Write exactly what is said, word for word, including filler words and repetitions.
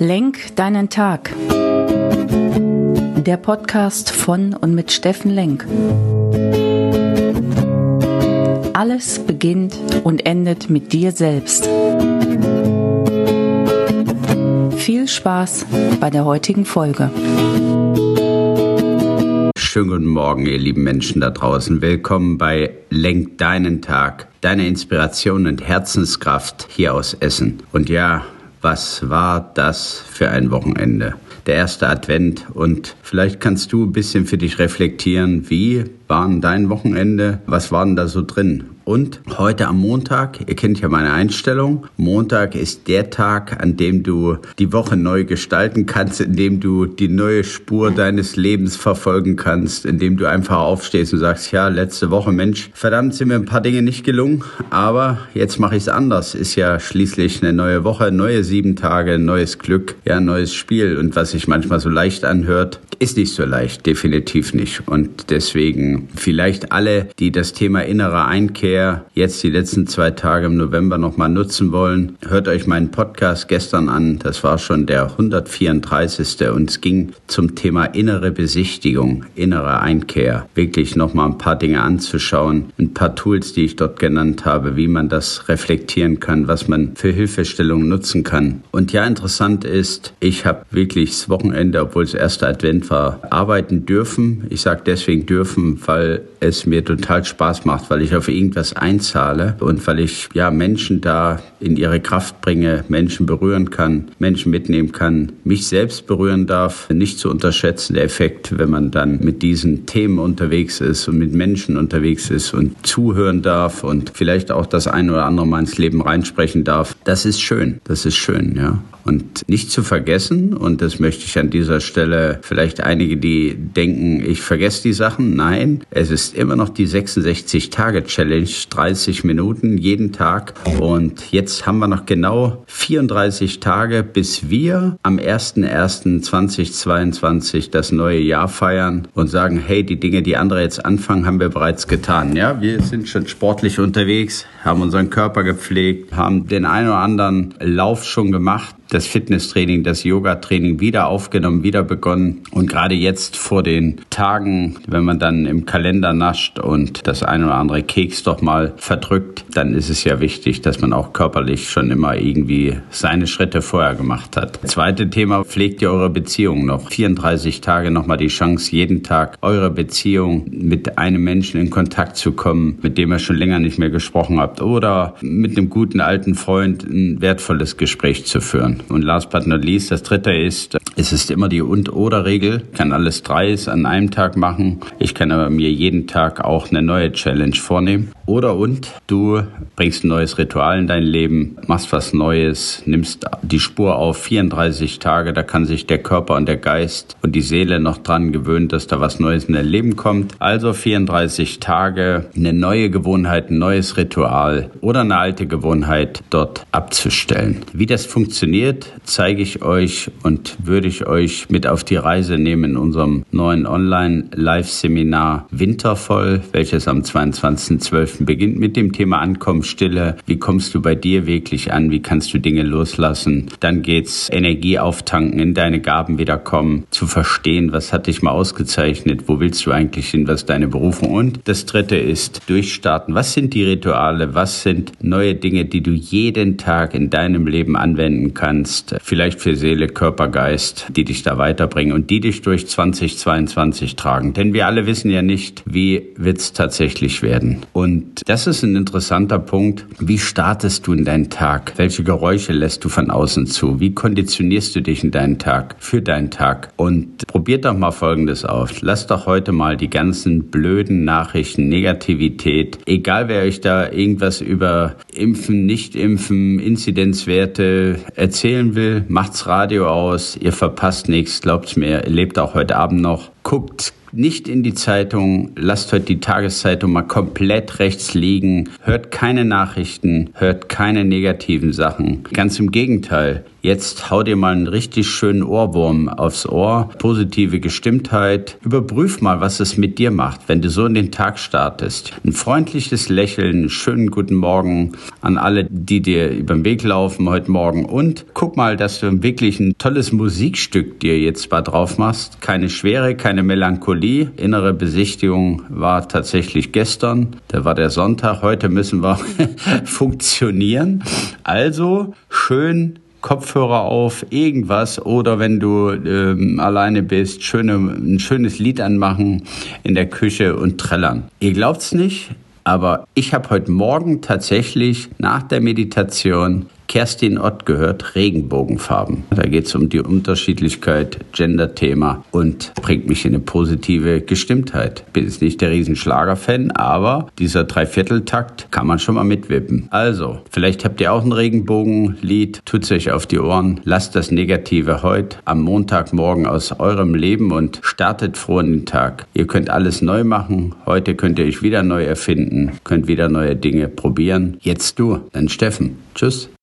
Lenk deinen Tag. Der Podcast von und mit Steffen Lenk. Alles beginnt und endet mit dir selbst. Viel Spaß bei der heutigen Folge. Schönen guten Morgen, ihr lieben Menschen da draußen. Willkommen bei Lenk deinen Tag, deine Inspiration und Herzenskraft hier aus Essen. Und ja, was war das für ein Wochenende? Der erste Advent, und vielleicht kannst du ein bisschen für dich reflektieren, wie war dein Wochenende, was war denn da so drin? Und heute am Montag, ihr kennt ja meine Einstellung, Montag ist der Tag, an dem du die Woche neu gestalten kannst, in dem du die neue Spur deines Lebens verfolgen kannst, in dem du einfach aufstehst und sagst, ja, letzte Woche, Mensch, verdammt, sind mir ein paar Dinge nicht gelungen, aber jetzt mache ich es anders. Ist ja schließlich eine neue Woche, neue sieben Tage, neues Glück, ja, neues Spiel. Und was sich manchmal so leicht anhört, ist nicht so leicht, definitiv nicht. Und deswegen vielleicht alle, die das Thema innere Einkehr jetzt die letzten zwei Tage im November nochmal nutzen wollen, hört euch meinen Podcast gestern an. Das war schon der hundertvierunddreißigste und es ging zum Thema innere Besichtigung, innere Einkehr. Wirklich nochmal ein paar Dinge anzuschauen, ein paar Tools, die ich dort genannt habe, wie man das reflektieren kann, was man für Hilfestellungen nutzen kann. Und ja, interessant ist, ich habe wirklich das Wochenende, obwohl es erster Advent war, arbeiten dürfen. Ich sage deswegen dürfen, weil es mir total Spaß macht, weil ich auf irgendwas einzahle und weil ich ja Menschen da in ihre Kraft bringe, Menschen berühren kann, Menschen mitnehmen kann, mich selbst berühren darf. Nicht zu unterschätzen der Effekt, wenn man dann mit diesen Themen unterwegs ist und mit Menschen unterwegs ist und zuhören darf und vielleicht auch das ein oder andere Mal ins Leben reinsprechen darf. Das ist schön, das ist schön, ja. Und nicht zu vergessen, und das möchte ich an dieser Stelle, vielleicht einige, die denken, ich vergesse die Sachen. Nein, es ist immer noch die sechsundsechzig-Tage-Challenge, dreißig Minuten jeden Tag. Und jetzt haben wir noch genau vierunddreißig Tage, bis wir am erster erster zweitausendzweiundzwanzig das neue Jahr feiern und sagen, hey, die Dinge, die andere jetzt anfangen, haben wir bereits getan. Ja, wir sind schon sportlich unterwegs, haben unseren Körper gepflegt, haben den einen oder anderen Lauf schon gemacht, das Fitnesstraining, das Yoga-Training wieder aufgenommen, wieder begonnen. Und gerade jetzt vor den Tagen, wenn man dann im Kalender nascht und das ein oder andere Keks doch mal verdrückt, dann ist es ja wichtig, dass man auch körperlich schon immer irgendwie seine Schritte vorher gemacht hat. Zweite Thema, pflegt ihr eure Beziehung noch? vierunddreißig Tage nochmal die Chance, jeden Tag eure Beziehung mit einem Menschen in Kontakt zu kommen, mit dem ihr schon länger nicht mehr gesprochen habt, oder mit einem guten alten Freund ein wertvolles Gespräch zu führen. Und last but not least, das dritte ist, es ist immer die Und-Oder-Regel. Ich kann alles drei an einem Tag machen. Ich kann aber mir jeden Tag auch eine neue Challenge vornehmen. Oder und, du bringst ein neues Ritual in dein Leben, machst was Neues, nimmst die Spur auf, vierunddreißig Tage, da kann sich der Körper und der Geist und die Seele noch dran gewöhnen, dass da was Neues in dein Leben kommt. Also vierunddreißig Tage, eine neue Gewohnheit, ein neues Ritual oder eine alte Gewohnheit dort abzustellen. Wie das funktioniert, zeige ich euch und würde ich euch mit auf die Reise nehmen in unserem neuen Online-Live-Seminar Wintervoll, welches am zweiundzwanzigsten zwölften beginnt mit dem Thema Ankommen, Stille. Wie kommst du bei dir wirklich an? Wie kannst du Dinge loslassen? Dann geht's Energie auftanken, in deine Gaben wiederkommen, zu verstehen, was hat dich mal ausgezeichnet? Wo willst du eigentlich hin? Was ist deine Berufung? Und das dritte ist durchstarten. Was sind die Rituale? Was sind neue Dinge, die du jeden Tag in deinem Leben anwenden kannst? Vielleicht für Seele, Körper, Geist, die dich da weiterbringen und die dich durch zweitausendzweiundzwanzig tragen. Denn wir alle wissen ja nicht, wie wird's tatsächlich werden. Und das ist ein interessanter Punkt. Wie startest du in deinen Tag? Welche Geräusche lässt du von außen zu? Wie konditionierst du dich in deinen Tag, für deinen Tag? Und probiert doch mal Folgendes aus. Lasst doch heute mal die ganzen blöden Nachrichten, Negativität, egal wer euch da irgendwas über Impfen, Nicht-Impfen, Inzidenzwerte erzählen will, macht's Radio aus, ihr verpasst nichts, glaubt's mir, ihr lebt auch heute Abend noch. Guckt nicht in die Zeitung, lasst heute die Tageszeitung mal komplett rechts liegen, hört keine Nachrichten, hört keine negativen Sachen. Ganz im Gegenteil, Jetzt hau dir mal einen richtig schönen Ohrwurm aufs Ohr. Positive Gestimmtheit. Überprüf mal, was es mit dir macht, wenn du so in den Tag startest. Ein freundliches Lächeln, einen schönen guten Morgen an alle, die dir über den Weg laufen heute Morgen. Und guck mal, dass du wirklich ein tolles Musikstück dir jetzt mal drauf machst. Keine Schwere, keine Melancholie. Innere Besichtigung war tatsächlich gestern. Da war der Sonntag. Heute müssen wir funktionieren. Also schön Kopfhörer auf, irgendwas, oder wenn du ähm, alleine bist, schöne, ein schönes Lied anmachen in der Küche und trällern. Ihr glaubt's nicht, aber ich habe heute Morgen tatsächlich nach der Meditation Kerstin Ott gehört, Regenbogenfarben. Da geht es um die Unterschiedlichkeit, Gender-Thema, und bringt mich in eine positive Gestimmtheit. Bin jetzt nicht der Riesenschlager-Fan, aber dieser Dreivierteltakt kann man schon mal mitwippen. Also, vielleicht habt ihr auch ein Regenbogenlied, tut's euch auf die Ohren, lasst das Negative heute am Montagmorgen aus eurem Leben und startet froh in den Tag. Ihr könnt alles neu machen, heute könnt ihr euch wieder neu erfinden, könnt wieder neue Dinge probieren. Jetzt du, dein Steffen. Tschüss.